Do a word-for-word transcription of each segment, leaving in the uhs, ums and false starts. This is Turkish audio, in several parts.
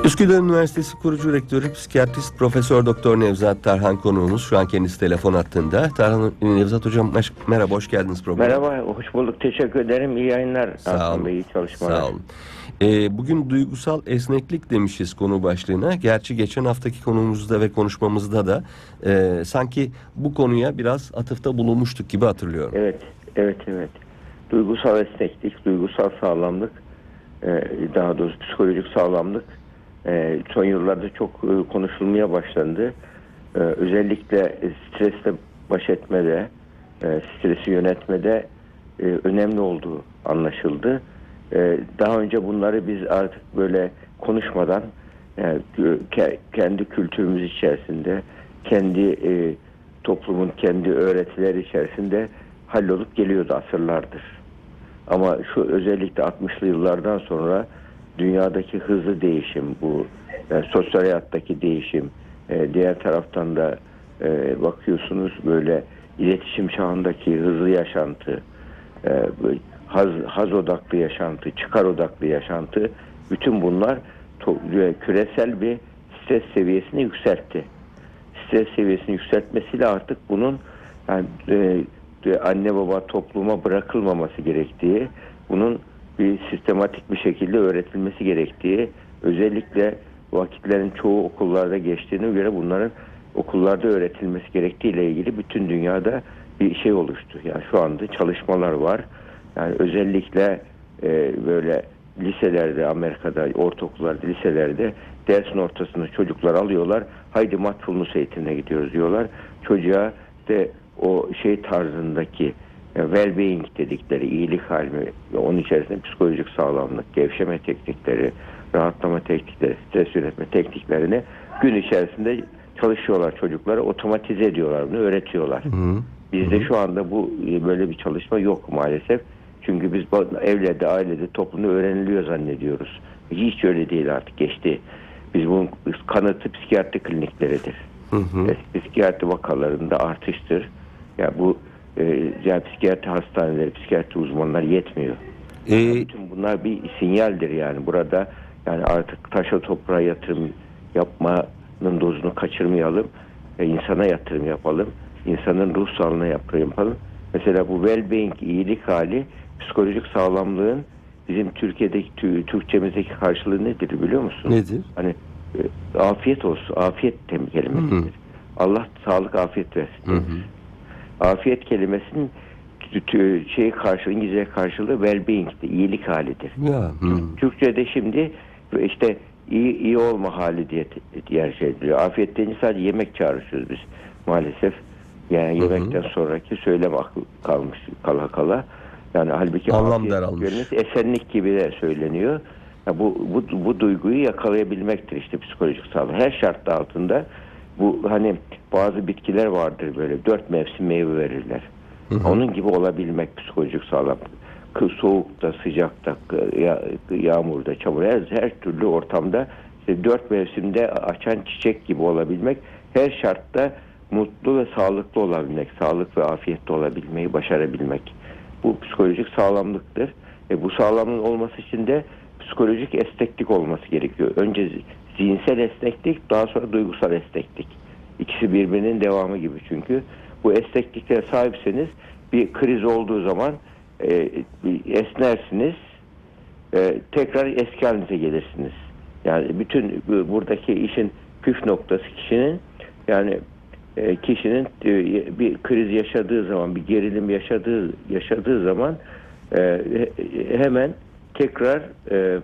Üsküdar Üniversitesi kurucu rektörü psikiyatrist Profesör Doktor Nevzat Tarhan konuğumuz. Şu an kendisi telefon hattında. Tarhan, Nevzat Hocam merhaba, hoş geldiniz programa. Merhaba, hoş bulduk. Teşekkür ederim. İyi yayınlar. Sağ olun. İyi çalışmalar. Sağ olun. Ee, bugün duygusal esneklik demişiz konu başlığına. Gerçi geçen haftaki konumuzda ve konuşmamızda da e, sanki bu konuya biraz atıfta bulunmuştuk gibi hatırlıyorum. Evet, evet, evet. Duygusal esneklik, duygusal sağlamlık, e, daha doğrusu psikolojik sağlamlık e, son yıllarda çok e, konuşulmaya başlandı. E, özellikle stresle baş etmede, e, stresi yönetmede e, önemli olduğu anlaşıldı. E, daha önce bunları biz artık böyle konuşmadan yani, ke, kendi kültürümüz içerisinde, kendi e, toplumun kendi öğretileri içerisinde hallolup geliyordu asırlardır. Ama şu özellikle altmışlı yıllardan sonra dünyadaki hızlı değişim, bu yani sosyal hayattaki değişim, e, diğer taraftan da e, bakıyorsunuz böyle iletişim çağındaki hızlı yaşantı, e, haz, haz odaklı yaşantı, çıkar odaklı yaşantı, bütün bunlar to- küresel bir stres seviyesini yükseltti. Stres seviyesini yükseltmesiyle artık bunun yani, e, anne baba topluma bırakılmaması gerektiği, bunun bir sistematik bir şekilde öğretilmesi gerektiği, özellikle vakitlerin çoğu okullarda geçtiğine göre bunların okullarda öğretilmesi gerektiği ile ilgili bütün dünyada bir şey oluştu. Yani şu anda çalışmalar var. Yani özellikle e, böyle liselerde, Amerika'da, ortaokullarda, liselerde dersin ortasında çocuklar alıyorlar. Haydi mindfulness eğitimine gidiyoruz diyorlar. Çocuğa işte o şey tarzındaki well-being dedikleri iyilik hali, onun içerisinde psikolojik sağlamlık, gevşeme teknikleri, rahatlama teknikleri, stres yönetme tekniklerini gün içerisinde çalışıyorlar çocuklara, otomatize ediyorlar bunu, öğretiyorlar. Hı hı. Bizde hı. şu anda bu böyle bir çalışma yok maalesef. Çünkü biz evlerde, ailede, toplumda öğreniliyor zannediyoruz. Hiç öyle değil, artık geçti. Biz bunun kanıtı psikiyatri klinikleridir. Hı hı. Psikiyatri vakalarında artıştır. Ya bu e, yani psikiyatri hastaneleri, psikiyatri uzmanları yetmiyor. Ee, yani bütün bunlar bir sinyaldir yani. Burada yani artık taşa toprağa yatırım yapmanın dozunu kaçırmayalım. E, insana yatırım yapalım. İnsanın ruh sağlığına yatırım yapalım. Mesela bu well-being, iyilik hali, psikolojik sağlamlığın bizim Türkiye'deki, Türkçemizdeki karşılığı nedir biliyor musun? Nedir? Hani e, afiyet olsun, afiyet kelimesidir. Allah sağlık, afiyet versin. Hı hı. Afiyet kelimesinin şey karşılığı, İngilizce karşılığı well-being'dir, iyilik halidir. Ya, Türkçe'de şimdi işte iyi iyi olma hali diye tercih ediliyor. Afiyet deyince sadece yemek çağrışıyoruz biz maalesef. Yani yemekten hı hı. sonraki söylem aklı kalmış kala kala. Yani halbuki anlam daralmış. Esenlik gibi de söyleniyor. Yani bu, bu bu duyguyu yakalayabilmektir işte psikolojik sağlık. Her şartta altında bu hani bazı bitkiler vardır böyle dört mevsim meyve verirler. Hı hı. Onun gibi olabilmek psikolojik sağlık. Soğukta, sıcakta, yağmurda, çamurda, her, her türlü ortamda işte dört mevsimde açan çiçek gibi olabilmek, her şartta mutlu ve sağlıklı olabilmek, sağlık ve afiyette olabilmeyi başarabilmek. Bu psikolojik sağlamlıktır. E bu sağlamlığın olması için de psikolojik esneklik olması gerekiyor. Önce zihinsel esneklik, daha sonra duygusal esneklik. İkisi birbirinin devamı gibi çünkü. Bu esnekliklere sahipseniz bir kriz olduğu zaman e, esnersiniz, e, tekrar eski halinize gelirsiniz. Yani bütün buradaki işin püf noktası kişinin yani e, kişinin e, bir kriz yaşadığı zaman, bir gerilim yaşadığı yaşadığı zaman e, hemen tekrar e,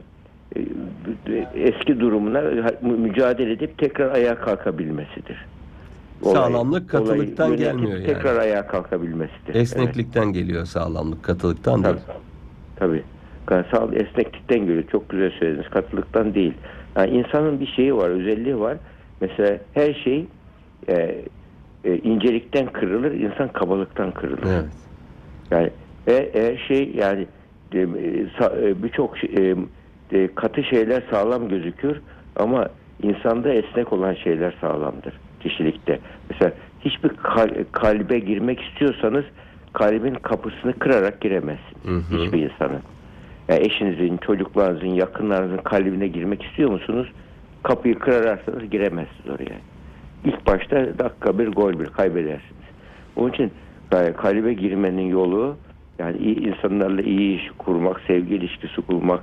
eski durumuna mücadele edip tekrar ayağa kalkabilmesidir. Olay, sağlamlık katılıktan gelmiyor yani. Tekrar ayağa kalkabilmesidir. Esneklikten evet. geliyor sağlamlık, katılıktan tabii, değil. Tabii. Sağ, esneklikten geliyor. Çok güzel söylediniz. Katılıktan değil. Yani insanın bir şeyi var, özelliği var. Mesela her şey e, e, incelikten kırılır, insan kabalıktan kırılır. Evet. Yani e, her şey yani e, e, birçok e, e, katı şeyler sağlam gözükür ama insanda esnek olan şeyler sağlamdır. Kişilikte. Mesela hiçbir kalbe girmek istiyorsanız kalbin kapısını kırarak giremezsiniz. Hı hı. Hiçbir insanın. Yani eşinizin, çocuklarınızın, yakınlarınızın kalbine girmek istiyor musunuz? kapıyı kırarsanız giremezsiniz oraya. İlk başta dakika bir gol bir kaybedersiniz. Onun için yani kalbe girmenin yolu yani iyi insanlarla iyi iş kurmak, sevgi ilişkisi kurmak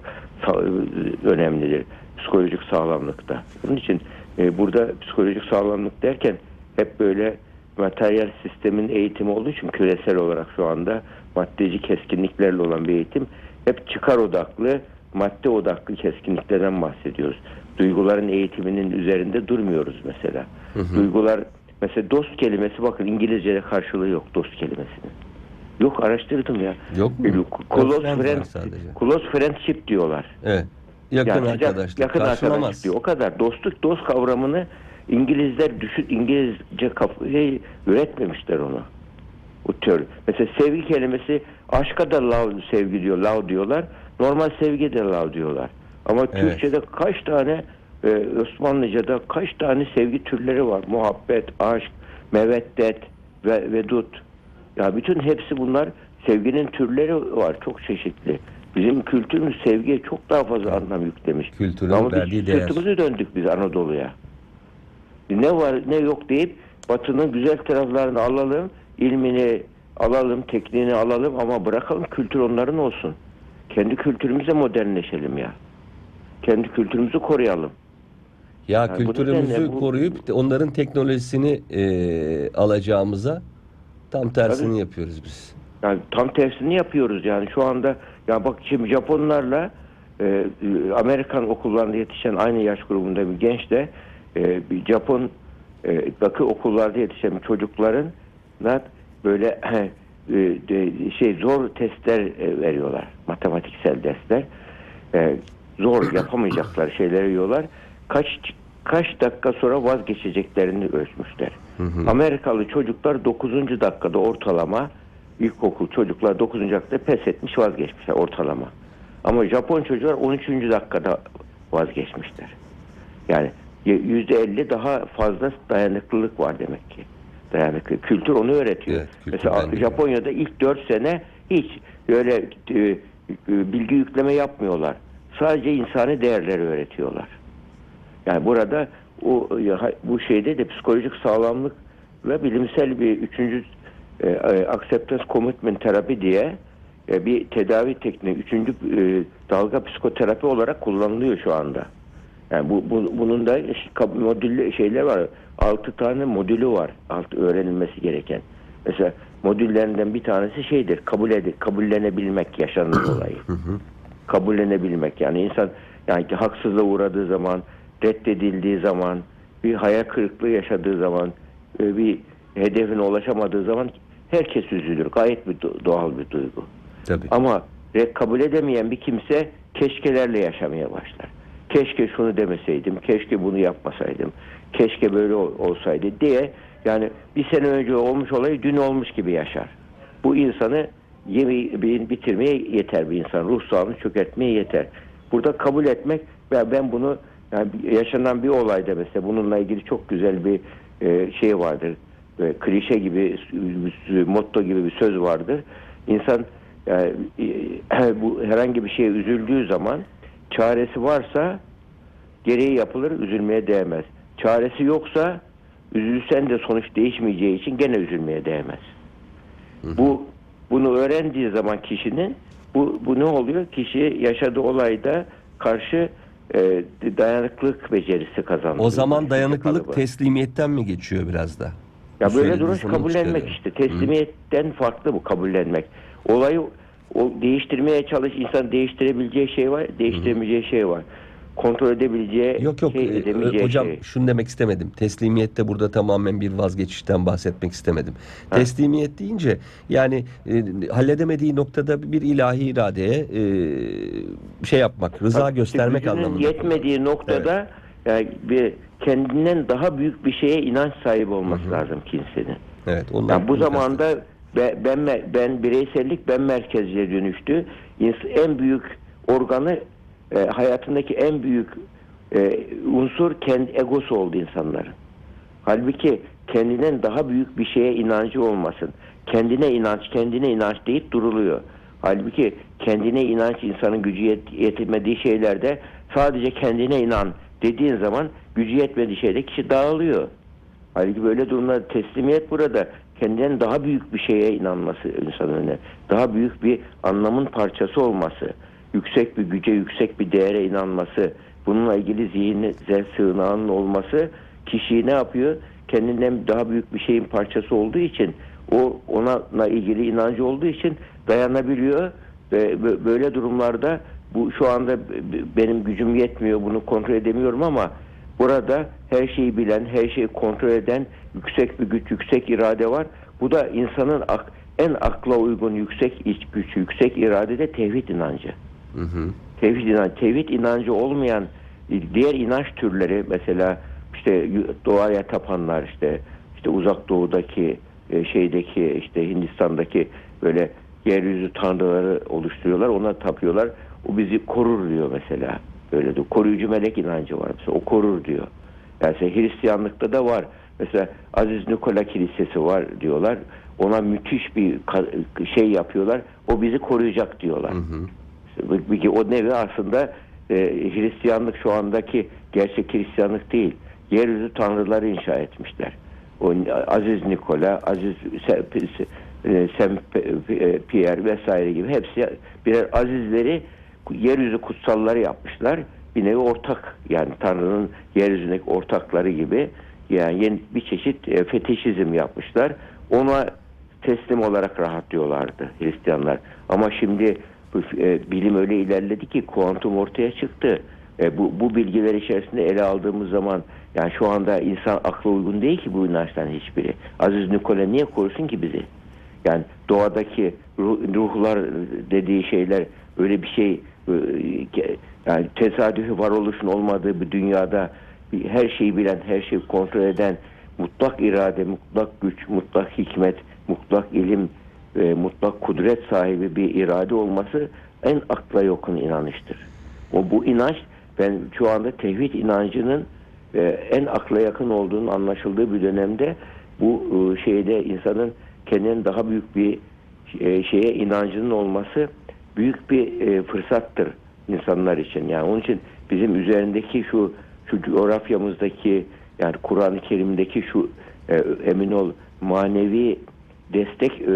önemlidir. Psikolojik sağlamlıkta. Onun için e, burada psikolojik sağlamlık derken hep böyle materyal sistemin eğitimi olduğu için küresel olarak şu anda maddeci keskinliklerle olan bir eğitim. Hep çıkar odaklı, madde odaklı keskinliklerden bahsediyoruz. Duyguların eğitiminin üzerinde durmuyoruz mesela. Hı hı. Duygular, mesela dost kelimesi, bakın İngilizce'de karşılığı yok dost kelimesinin. Yok, araştırdım ya. Yok mu? Close, friend, close friendship diyorlar. Evet. Yakın yani arkadaşlık. Yakın arkadaşlık diyor. O kadar. Dostluk, dost kavramını İngilizler düşün, İngilizce kafayı üretmemişler onu. O tür. Mesela sevgi kelimesi, aşka da love, sevgi diyor, love diyorlar. Normal sevgi de love diyorlar. Ama evet. Türkçe'de kaç tane, e, Osmanlıca'da kaç tane sevgi türleri var. Muhabbet, aşk, meveddet ve vedut. Ya bütün hepsi bunlar, sevginin türleri var. Çok çeşitli. Bizim kültürümüz sevgiye çok daha fazla anlam yüklemiş. Kültürün ama verdiği biz değer. sırtımızı döndük biz Anadolu'ya. Ne var ne yok deyip Batı'nın güzel taraflarını alalım, ilmini alalım, tekniğini alalım ama bırakalım kültür onların olsun. Kendi kültürümüzle modernleşelim ya. Kendi kültürümüzü koruyalım. Ya yani kültürümüzü bu, koruyup onların teknolojisini e, alacağımıza tam tersini tabii yapıyoruz biz. Yani tam tersini yapıyoruz yani şu anda. Ya bak şimdi Japonlarla e, Amerikan okullarında yetişen aynı yaş grubunda bir genç de e, bir Japon e, bakı okullarda yetişen çocukların böyle e, de, şey zor testler e, veriyorlar. Matematiksel dersler. E, zor yapamayacaklar şeyleri yiyorlar. Kaç kaç dakika sonra vazgeçeceklerini ölçmüşler. Hı hı. Amerikalı çocuklar dokuzuncu dakikada ortalama, ilkokul çocuklar dokuzuncu dakikada pes etmiş, vazgeçmişler ortalama. Ama Japon çocuklar on üçüncü dakikada vazgeçmişler. Yani yüzde elli daha fazla dayanıklılık var demek ki. Dayanıklı. Kültür onu öğretiyor. Evet, mesela Japonya'da ilk dört sene hiç öyle e, e, bilgi yükleme yapmıyorlar. Sadece insani değerleri öğretiyorlar. Yani burada o bu şeyde de psikolojik sağlamlık ve bilimsel bir üçüncü e, acceptance commitment terapi diye e, bir tedavi tekniği, üçüncü e, dalga psikoterapi olarak kullanılıyor şu anda. Yani bu, bu bunun da modüllü şeyler var. Altı tane modülü var. Alt öğrenilmesi gereken. Mesela modüllerinden bir tanesi şeydir. Kabul edip kabullenebilmek yaşanan olayı. Kabullenebilmek. Yani insan yani haksızlığa uğradığı zaman, reddedildiği zaman, bir hayal kırıklığı yaşadığı zaman, bir hedefine ulaşamadığı zaman herkes üzülür. Gayet bir doğal bir duygu. Tabii. Ama kabul edemeyen bir kimse keşkelerle yaşamaya başlar. Keşke şunu demeseydim, keşke bunu yapmasaydım, keşke böyle olsaydı diye yani bir sene önce olmuş olayı dün olmuş gibi yaşar. Bu insanı yemeği bitirmeye yeter bir insan. Ruh sağlığını çökertmeye yeter. Burada kabul etmek ve ben bunu yani yaşanan bir olayda mesela bununla ilgili çok güzel bir e, şey vardır. E, klişe gibi, motto gibi bir söz vardır. İnsan yani, e, bu herhangi bir şeye üzüldüğü zaman çaresi varsa gereği yapılır, üzülmeye değmez. Çaresi yoksa üzülsen de sonuç değişmeyeceği için gene üzülmeye değmez. Hı hı. Bu bunu öğrendiği zaman kişinin bu bu ne oluyor? Kişi yaşadığı olayda karşı e, dayanıklılık becerisi kazanıyor. O zaman dayanıklılık teslimiyetten mi geçiyor biraz da? Ya bu böyle duruş kabullenmek işte. Teslimiyetten Hı. farklı bu kabullenmek. Olayı o değiştirmeye çalış, insan değiştirebileceği şey var, değiştiremeyeceği Hı. şey var. Kontrol edebileceği yok yok şey, edemeyeceği hocam şey. Şunu demek istemedim. Teslimiyette burada tamamen bir vazgeçişten bahsetmek istemedim. Ha. Teslimiyet deyince yani e, halledemediği noktada bir ilahi iradeye e, şey yapmak, rıza Tabii, göstermek gücünün anlamında. Yetmediği noktada evet. yani bir kendinden daha büyük bir şeye inanç sahibi olması Hı-hı. lazım kimsenin. Evet. Yani bu zamanda ben, ben ben bireysellik ben merkezciye dönüştü. En büyük organı E, hayatındaki en büyük e, unsur kendi egosu oldu insanların. Halbuki kendinden daha büyük bir şeye inancı olmasın. Kendine inanç, kendine inanç deyip duruluyor. Halbuki kendine inanç insanın gücü yet- yetirmediği şeylerde sadece kendine inan, dediğin zaman gücü yetmediği şeyde kişi dağılıyor. Halbuki böyle durumlarda teslimiyet burada kendinden daha büyük bir şeye inanması insanın önüne. Daha büyük bir anlamın parçası olması, yüksek bir güce, yüksek bir değere inanması, bununla ilgili zihinsel sığınağının olması kişiyi ne yapıyor? Kendinden daha büyük bir şeyin parçası olduğu için, o onunla ilgili inancı olduğu için dayanabiliyor ve böyle durumlarda bu şu anda benim gücüm yetmiyor, bunu kontrol edemiyorum ama burada her şeyi bilen, her şeyi kontrol eden yüksek bir güç, yüksek irade var. Bu da insanın ak, en akla uygun yüksek iç güç, yüksek irade de tevhid inancı. Hı hı. Tevhid inancı, tevhid inancı olmayan diğer inanç türleri, mesela işte doğaya tapanlar, işte işte uzak doğudaki şeydeki işte Hindistan'daki böyle yeryüzü tanrıları oluşturuyorlar, ona tapıyorlar. O bizi korur diyor mesela. Öyle de koruyucu melek inancı var mesela. O korur diyor. Yani Hristiyanlıkta da var. Mesela Aziz Nikola Kilisesi var diyorlar. Ona müthiş bir şey yapıyorlar. O bizi koruyacak diyorlar. Hı hı. Peki o nevi aslında e, Hristiyanlık şu andaki gerçek Hristiyanlık değil. Yeryüzü tanrıları inşa etmişler. O Aziz Nikola, Aziz Saint Pierre vesaire gibi hepsi birer azizleri, yeryüzü kutsalları yapmışlar. Bir nevi ortak, yani Tanrı'nın yeryüzündeki ortakları gibi, yani yeni bir çeşit e, fetişizm yapmışlar. Ona teslim olarak rahatlıyorlardı Hristiyanlar. Ama şimdi bu, e, bilim öyle ilerledi ki kuantum ortaya çıktı. E, bu, bu bilgiler içerisinde ele aldığımız zaman yani şu anda insan akla uygun değil ki bu inançtan hiçbiri. Aziz Nikola niye korusun ki bizi? Yani doğadaki ruh, ruhlar dediği şeyler öyle bir şey, yani tesadüfi varoluşun olmadığı bir dünyada her şeyi bilen, her şeyi kontrol eden, mutlak irade, mutlak güç, mutlak hikmet, mutlak ilim, e, mutlak kudret sahibi bir irade olması en akla yakın inanıştır. O bu inanç, ben şu anda tevhid inancının e, en akla yakın olduğunun anlaşıldığı bir dönemde bu e, şeyde insanın kendinin daha büyük bir e, şeye inancının olması büyük bir e, fırsattır insanlar için. Yani onun için bizim üzerindeki şu şu coğrafyamızdaki, yani Kur'an-ı Kerim'deki şu e, emin ol manevi destek e, e,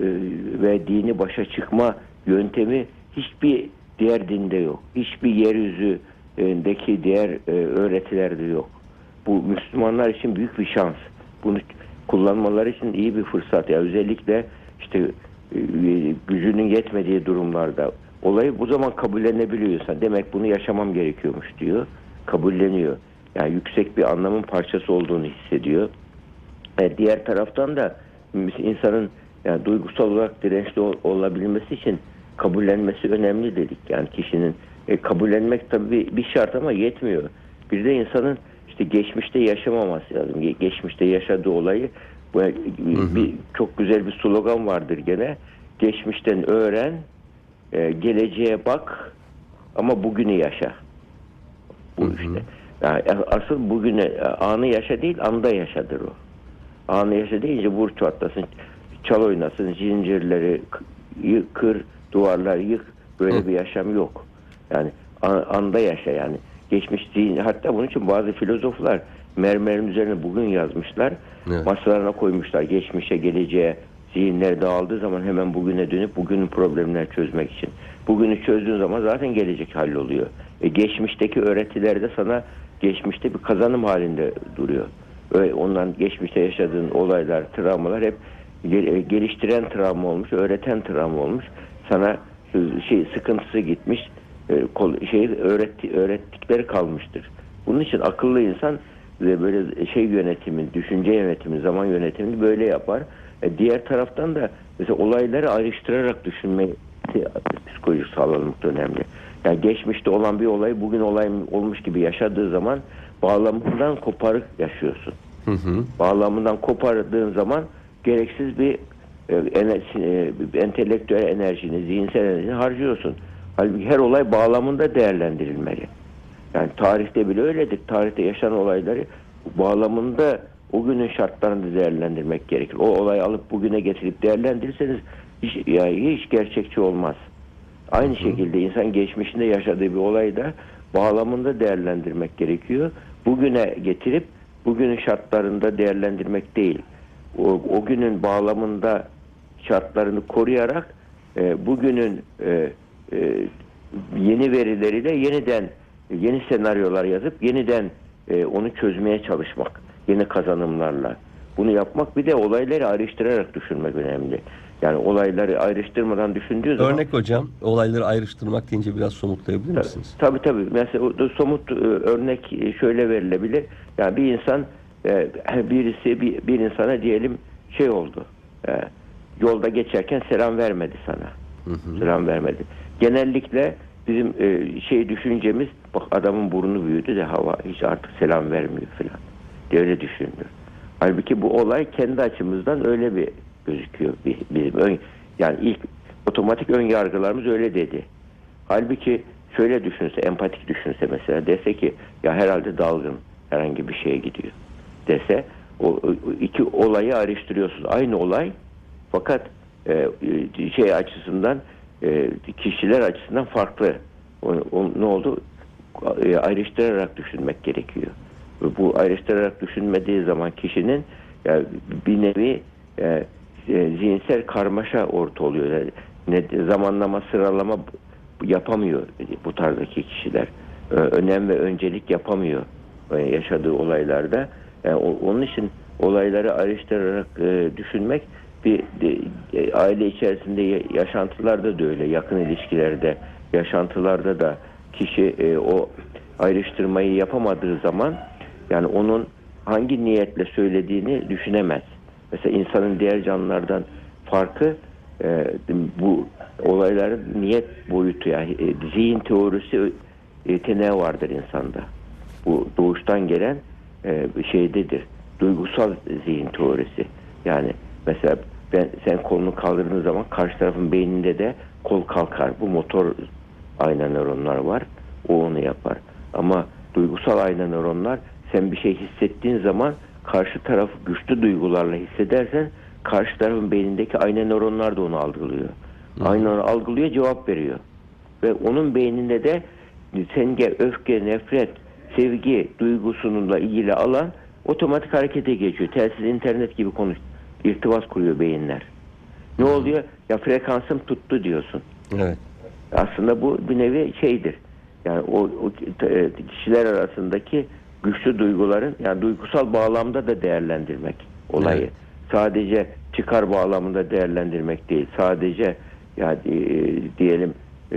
ve dini başa çıkma yöntemi hiçbir diğer dinde yok. Hiçbir yeryüzündeki diğer e, öğretilerde yok. Bu Müslümanlar için büyük bir şans. Bunu kullanmaları için iyi bir fırsat. Ya özellikle işte e, gücünün yetmediği durumlarda olayı bu zaman kabullenebiliyorsan, demek bunu yaşamam gerekiyormuş diyor. Kabulleniyor. Yani yüksek bir anlamın parçası olduğunu hissediyor. E, diğer taraftan da insanın yani duygusal olarak dirençli ol, olabilmesi için kabullenmesi önemli dedik. Yani kişinin e, kabullenmek tabii bir şart ama yetmiyor. Bir de insanın işte geçmişte yaşamaması lazım. Ge- geçmişte yaşadığı olayı, bu, hı hı. Bir, çok güzel bir slogan vardır gene. Geçmişten öğren, e, geleceğe bak ama bugünü yaşa. Bu hı hı. işte. Yani asıl bugüne, anı yaşa değil, anda yaşadır o. Anı yaşa deyince vur çatlasın, çal oynasın, zincirleri kır, duvarlar yık, böyle Hı. bir yaşam yok. Yani an, anda yaşa yani. Geçmiş zihin, hatta bunun için bazı filozoflar mermerin üzerine bugün yazmışlar. Evet. Masalarına koymuşlar. Geçmişe, geleceğe, zihinler dağıldığı zaman hemen bugüne dönüp bugünün problemlerini çözmek için. Bugünü çözdüğün zaman zaten gelecek halloluyor. E, geçmişteki öğretiler de sana geçmişte bir kazanım halinde duruyor. Öyle, ondan geçmişte yaşadığın olaylar, travmalar hep geliştiren travma olmuş, öğreten travma olmuş. Sana şey sıkıntısı gitmiş, şey öğretti, öğrettikleri kalmıştır. Bunun için akıllı insan böyle şey yönetimi, düşünce yönetimi, zaman yönetimini böyle yapar. Diğer taraftan da mesela olayları ayrıştırarak düşünme psikolojik sağlamlık da önemli. Yani geçmişte olan bir olay bugün olay olmuş gibi yaşadığı zaman bağlamından koparık yaşıyorsun. Hı hı. Bağlamından kopardığın zaman gereksiz bir e, enerji, e, entelektüel enerjini, zihinsel enerjini harcıyorsun. Halbuki her olay bağlamında değerlendirilmeli. Yani tarihte bile öyledir. Tarihte yaşanan olayları bağlamında o günün şartlarını değerlendirmek gerekir. O olayı alıp bugüne getirip değerlendirirseniz hiç, yani hiç gerçekçi olmaz. Aynı hı hı. şekilde insan geçmişinde yaşadığı bir olayda bağlamında değerlendirmek gerekiyor. Bugüne getirip bugünün şartlarında değerlendirmek değil. O, o günün bağlamında şartlarını koruyarak e, bugünün e, e, yeni verileriyle yeniden yeni senaryolar yazıp yeniden e, onu çözmeye çalışmak. Yeni kazanımlarla. Bunu yapmak, bir de olayları ayrıştırarak düşünmek önemli. Yani olayları ayrıştırmadan düşündüğü zaman... Örnek hocam, olayları ayrıştırmak deyince biraz somutlayabilir misiniz? Tabii tabii. Mesela o somut e, örnek şöyle verilebilir. Yani bir insan e, birisi bir, bir insana diyelim şey oldu. E, yolda geçerken selam vermedi sana. Hı hı. Selam vermedi. Genellikle bizim e, şey düşüncemiz, bak adamın burnu büyüdü de hava hiç artık selam vermiyor falan diye öyle düşünülür. Halbuki bu olay kendi açımızdan öyle bir gözüküyor. Bizim ön, yani ilk otomatik ön yargılarımız öyle dedi. Halbuki şöyle düşünse, empatik düşünse mesela, dese ki ya herhalde dalgın herhangi bir şeye gidiyor dese, o, o iki olayı ayrıştırıyorsunuz. Aynı olay fakat e, şey açısından, e, kişiler açısından farklı. O, o, ne oldu? E, ayrıştırarak düşünmek gerekiyor. Bu ayrıştırarak düşünmediği zaman kişinin yani bir nevi e, e, zihinsel karmaşa orta oluyor. Yani ne, zamanlama, sıralama yapamıyor bu tarzdaki kişiler. Ee, önem ve öncelik yapamıyor e, yaşadığı olaylarda. Yani o, onun için olayları ayrıştırarak e, düşünmek bir de, e, aile içerisinde yaşantılarda da öyle, yakın ilişkilerde, yaşantılarda da kişi e, o ayrıştırmayı yapamadığı zaman yani onun hangi niyetle söylediğini düşünemez. Mesela insanın diğer canlılardan farkı e, bu olayların niyet boyutu, yani e, zihin teorisi yeteneği vardır insanda. Bu doğuştan gelen e, şeydedir. Duygusal zihin teorisi. Yani mesela ben, sen kolunu kaldırdığın zaman karşı tarafın beyninde de kol kalkar. Bu motor ayna nöronlar var. O onu yapar. Ama duygusal ayna nöronlar, sen bir şey hissettiğin zaman karşı tarafı güçlü duygularla hissedersen karşı tarafın beynindeki ayna nöronlar da onu algılıyor. Aynen algılıyor, cevap veriyor. Ve onun beyninde de senge, öfke, nefret, sevgi duygusununla ilgili alan otomatik harekete geçiyor. Telsiz, internet gibi konuş, irtibat kuruyor beyinler. Ne oluyor? Ya frekansım tuttu diyorsun. Evet. Aslında bu bir nevi şeydir. Yani o, o kişiler arasındaki güçlü duyguların, yani duygusal bağlamda da değerlendirmek olayı. Evet. Sadece çıkar bağlamında değerlendirmek değil. Sadece yani e, diyelim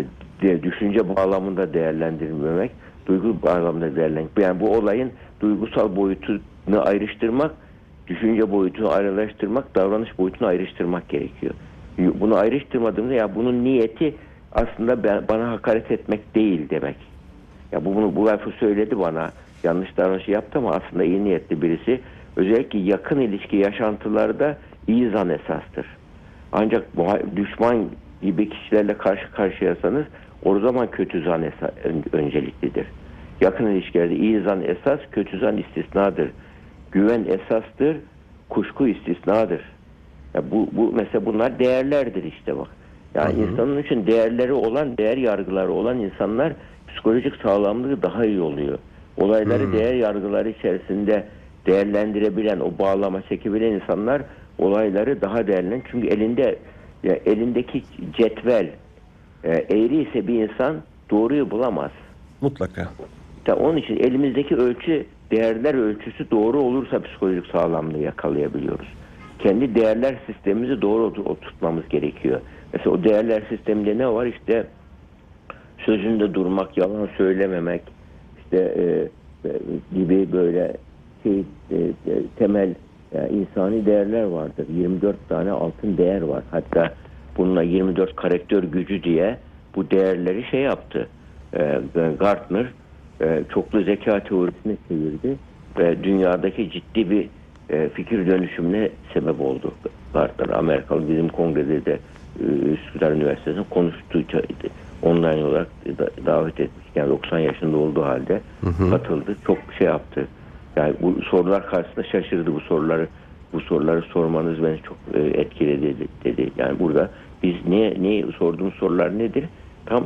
e, düşünce bağlamında değerlendirmemek, duygu bağlamında değerlendirmek. Yani bu olayın duygusal boyutunu ayrıştırmak, düşünce boyutunu ayrıştırmak, davranış boyutunu ayrıştırmak gerekiyor. Bunu ayrıştırmadığımda ya bunun niyeti aslında ben, bana hakaret etmek değil demek. Ya bu bunu bu lafı söyledi bana, yanlış davranışı yaptı ama aslında iyi niyetli birisi. Özellikle yakın ilişki yaşantılarda iyi zan esastır. Ancak düşman gibi kişilerle karşı karşıyasanız o zaman kötü zan esas, önceliklidir. Yakın ilişkilerde iyi zan esas, kötü zan istisnadır. Güven esastır, kuşku istisnadır. Ya bu, bu mesela bunlar değerlerdir işte bak. Yani hı hı. insanın için değerleri olan, değer yargıları olan insanlar psikolojik sağlamlığı daha iyi oluyor. Olayları hı. değer yargıları içerisinde değerlendirebilen, o bağlama çekebilen insanlar olayları daha değerlen. Çünkü elinde ya elindeki cetvel e, eğri ise bir insan doğruyu bulamaz. Mutlaka. Ya onun için elimizdeki ölçü, değerler ölçüsü doğru olursa psikolojik sağlamlığı yakalayabiliyoruz. Kendi değerler sistemimizi doğru oturtmamız gerekiyor. Mesela o değerler sisteminde ne var? İşte sözünde durmak, yalan söylememek, işte e, e, gibi böyle şey, e, e, temel yani insani değerler vardır. yirmi dört tane altın değer var. Hatta bununla yirmi dört karakter gücü diye bu değerleri şey yaptı. E, Gartner e, çoklu zeka teorisine çevirdi ve dünyadaki ciddi bir e, fikir dönüşümüne sebep oldu. Gartner Amerikalı bizim kongrede de e, Üsküdar Üniversitesi'nin konuştuğu online olarak da, davet etmiştik. Yani doksan yaşında olduğu halde hı hı. katıldı. Çok şey yaptı. Yani bu sorular karşısında şaşırdı. Bu soruları bu soruları sormanız beni çok e, etkiledi dedi. Yani burada biz niye niye sorduğumuz sorular nedir? Tam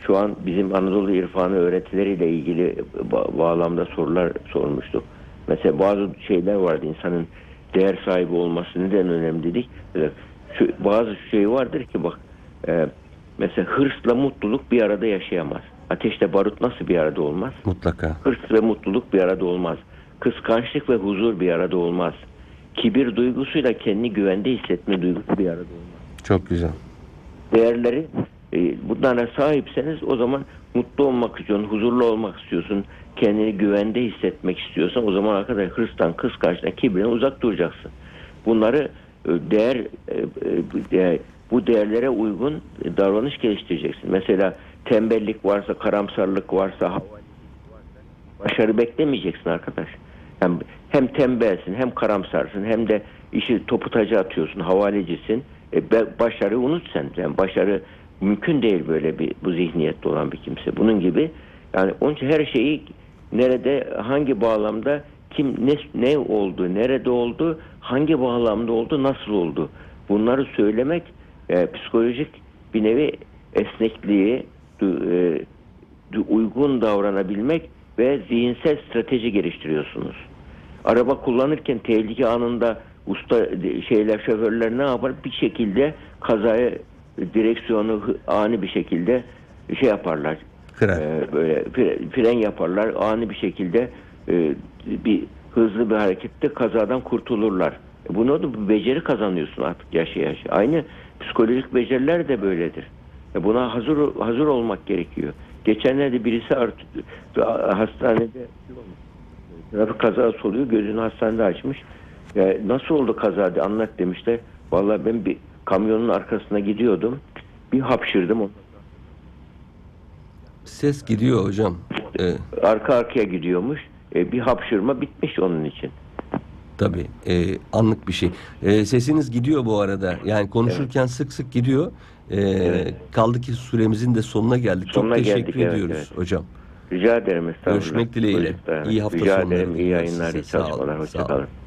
şu an bizim Anadolu İrfanı öğretileriyle ilgili ba- bağlamda sorular sormuştuk. Mesela bazı şeyler vardı, insanın değer sahibi olması neden önemli dedik. Mesela şu, bazı şey vardır ki bak, e, mesela hırsla mutluluk bir arada yaşayamaz. Ateşle barut nasıl bir arada olmaz? Mutlaka. Hırs ve mutluluk bir arada olmaz. Kıskançlık ve huzur bir arada olmaz. Kibir duygusuyla kendini güvende hissetme duygusu bir arada olmaz. Çok güzel. Değerleri e, bunlara sahipseniz o zaman mutlu olmak istiyorsun, huzurlu olmak istiyorsun, kendini güvende hissetmek istiyorsan o zaman arkadaş hırstan, kıskançlıktan, kibirden uzak duracaksın. Bunları e, değer e, e, bu değerlere uygun davranış geliştireceksin. Mesela tembellik varsa, karamsarlık varsa, başarı beklemeyeceksin arkadaş. Hem, hem tembelsin, hem karamsarsın, hem de işi topu taca atıyorsun, havalecisin. E, be, başarı unut sen. Yani başarı mümkün değil böyle bir bu zihniyette olan bir kimse. Bunun gibi yani onun için her şeyi nerede, hangi bağlamda, kim ne ne oldu, nerede oldu, hangi bağlamda oldu, nasıl oldu? Bunları söylemek e, psikolojik bir nevi esnekliği, e, uygun davranabilmek ve zihinsel strateji geliştiriyorsunuz. Araba kullanırken tehlike anında usta şeyler, şoförler ne yapar? Bir şekilde kazaya, direksiyonu ani bir şekilde şey yaparlar. Kırar. Ee, böyle fren yaparlar. Ani bir şekilde e, bir hızlı bir harekette kazadan kurtulurlar. E bunu da bir beceri kazanıyorsun artık yaşa yaşa. Aynı psikolojik beceriler de böyledir. E buna hazır hazır olmak gerekiyor. Geçenlerde birisi artık hastanede trafik kazası oluyor. Gözünü hastanede açmış. Ya nasıl oldu kaza diye anlat demişler. Vallahi ben bir kamyonun arkasına gidiyordum. Bir hapşırdım. Ses gidiyor hocam. Ee, Arka arkaya gidiyormuş. E, bir hapşırma bitmiş onun için. tabii. E, anlık bir şey. E, sesiniz gidiyor bu arada. Yani konuşurken evet. sık sık gidiyor. E, evet. Kaldı ki süremizin de sonuna geldik. Sonuna Çok teşekkür geldik, ediyoruz evet, evet. hocam. Rica ederim. Görüşmek dileğiyle. İyi hafta Rica sonları. ederim. İyi yayınlar, iyi çalışmalar. Hoşçakalın.